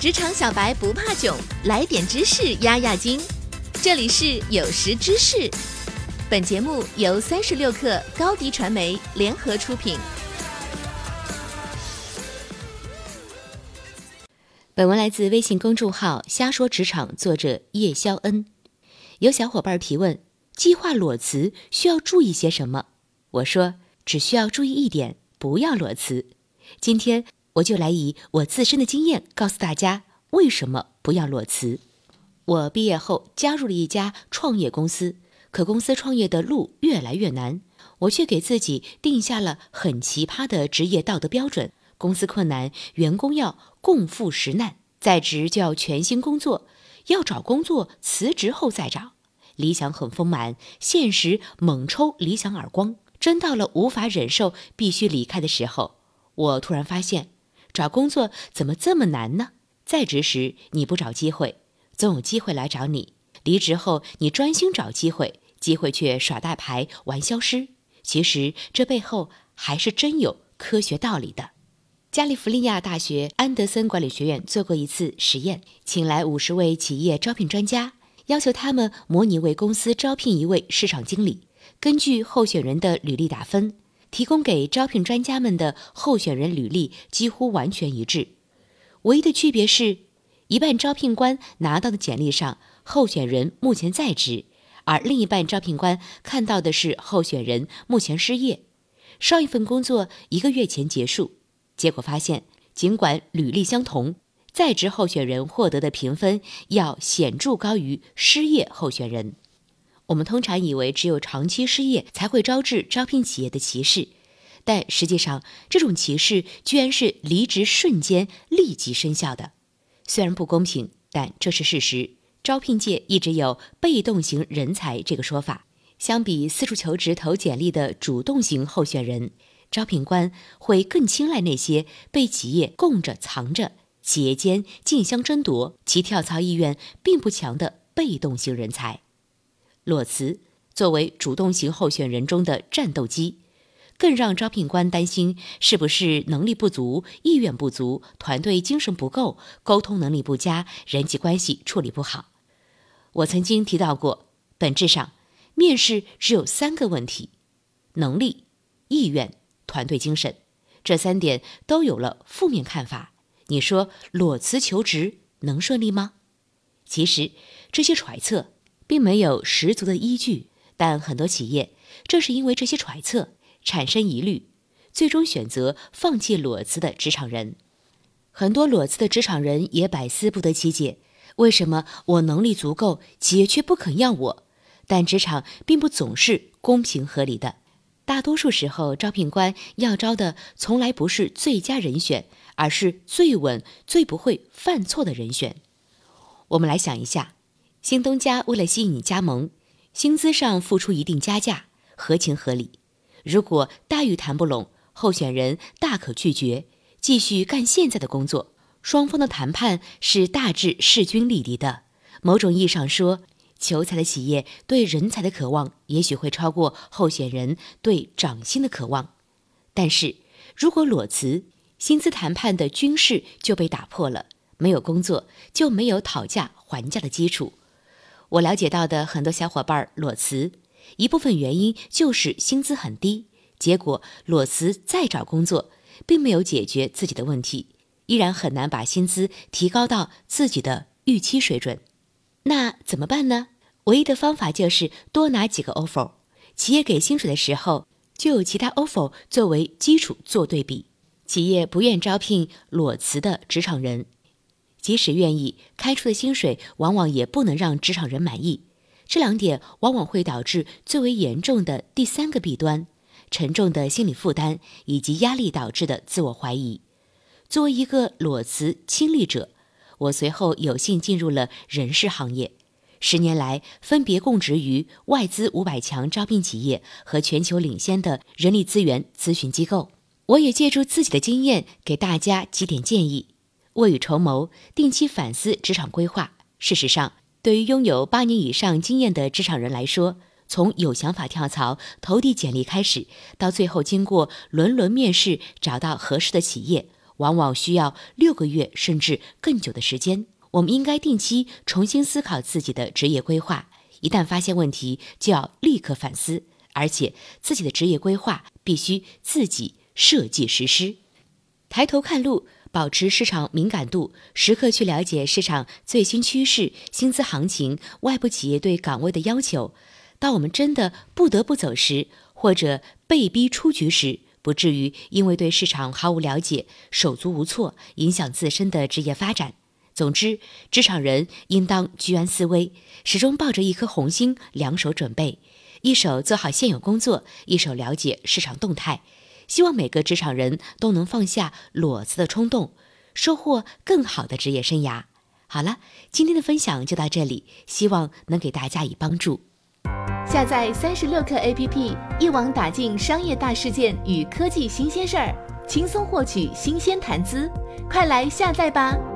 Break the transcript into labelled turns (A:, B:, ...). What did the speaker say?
A: 职场小白不怕囧，来点知识压压惊。这里是有识知识，本节目由36氪高迪传媒联合出品。
B: 本文来自微信公众号瞎说职场，作者叶肖恩。有小伙伴提问，计划裸辞需要注意些什么？我说，只需要注意一点，不要裸辞。今天我就来以我自身的经验告诉大家为什么不要裸辞。我毕业后加入了一家创业公司，可公司创业的路越来越难，我却给自己定下了很奇葩的职业道德标准。公司困难，员工要共赴时难，在职就要全心工作，要找工作辞职后再找。理想很丰满，现实猛抽理想耳光。真到了无法忍受必须离开的时候，我突然发现找工作怎么这么难呢？在职时你不找机会，总有机会来找你；离职后你专心找机会，机会却耍大牌玩消失。其实这背后还是真有科学道理的。加利福尼亚大学安德森管理学院做过一次实验，请来50位企业招聘专家，要求他们模拟为公司招聘一位市场经理，根据候选人的履历打分，提供给招聘专家们的候选人履历几乎完全一致。唯一的区别是，一半招聘官拿到的简历上候选人目前在职，而另一半招聘官看到的是候选人目前失业，上一份工作1个月前结束。结果发现，尽管履历相同，在职候选人获得的评分要显著高于失业候选人。我们通常以为只有长期失业才会招致招聘企业的歧视，但实际上这种歧视居然是离职瞬间立即生效的。虽然不公平，但这是事实。招聘界一直有被动型人才这个说法，相比四处求职投简历的主动型候选人，招聘官会更青睐那些被企业供着藏着，企业间竞相争夺，其跳槽意愿并不强的被动型人才。裸辞作为主动型候选人中的战斗机，更让招聘官担心是不是能力不足、意愿不足、团队精神不够、沟通能力不佳、人际关系处理不好。我曾经提到过，本质上面试只有3个问题：能力、意愿、团队精神。这3点都有了负面看法，你说裸辞求职能顺利吗？其实这些揣测并没有十足的依据，但很多企业正是因为这些揣测产生疑虑，最终选择放弃裸辞的职场人。很多裸辞的职场人也百思不得其解，为什么我能力足够，企业却不肯要我？但职场并不总是公平合理的，大多数时候招聘官要招的从来不是最佳人选，而是最稳、最不会犯错的人选。我们来想一下，新东家为了吸引你加盟，薪资上付出一定加价，合情合理。如果待遇谈不拢，候选人大可拒绝，继续干现在的工作。双方的谈判是大致势均力敌的。某种意义上说，求财的企业对人才的渴望也许会超过候选人对涨薪的渴望。但是如果裸辞，薪资谈判的均势就被打破了，没有工作就没有讨价还价的基础。我了解到的很多小伙伴裸辞，一部分原因就是薪资很低，结果裸辞再找工作，并没有解决自己的问题，依然很难把薪资提高到自己的预期水准。那怎么办呢？唯一的方法就是多拿几个 offer， 企业给薪水的时候，就有其他 offer 作为基础做对比。企业不愿招聘裸辞的职场人，即使愿意，开出的薪水往往也不能让职场人满意。这2点往往会导致最为严重的第3个弊端：沉重的心理负担以及压力导致的自我怀疑。作为一个裸辞亲历者，我随后有幸进入了人事行业，10年来分别供职于外资500强招聘企业和全球领先的人力资源咨询机构。我也借助自己的经验给大家几点建议：未雨绸缪，定期反思职场规划。事实上，对于拥有8年以上经验的职场人来说，从有想法跳槽、投递简历开始，到最后经过轮轮面试找到合适的企业， 往往需要6个月甚至更久的时间。我们应该定期重新思考自己的职业规划，一旦发现问题，就要立刻反思，而且自己的职业规划必须自己设计实施。抬头看路，保持市场敏感度，时刻去了解市场最新趋势、薪资行情、外部企业对岗位的要求。当我们真的不得不走时，或者被逼出局时，不至于因为对市场毫无了解，手足无措，影响自身的职业发展。总之，职场人应当居安思危，始终抱着一颗红心，两手准备，一手做好现有工作，一手了解市场动态。希望每个职场人都能放下裸辞的冲动，收获更好的职业生涯。好了，今天的分享就到这里，希望能给大家以帮助。
A: 下载36课 APP， 一网打尽商业大事件与科技新鲜事儿，轻松获取新鲜谈资，快来下载吧。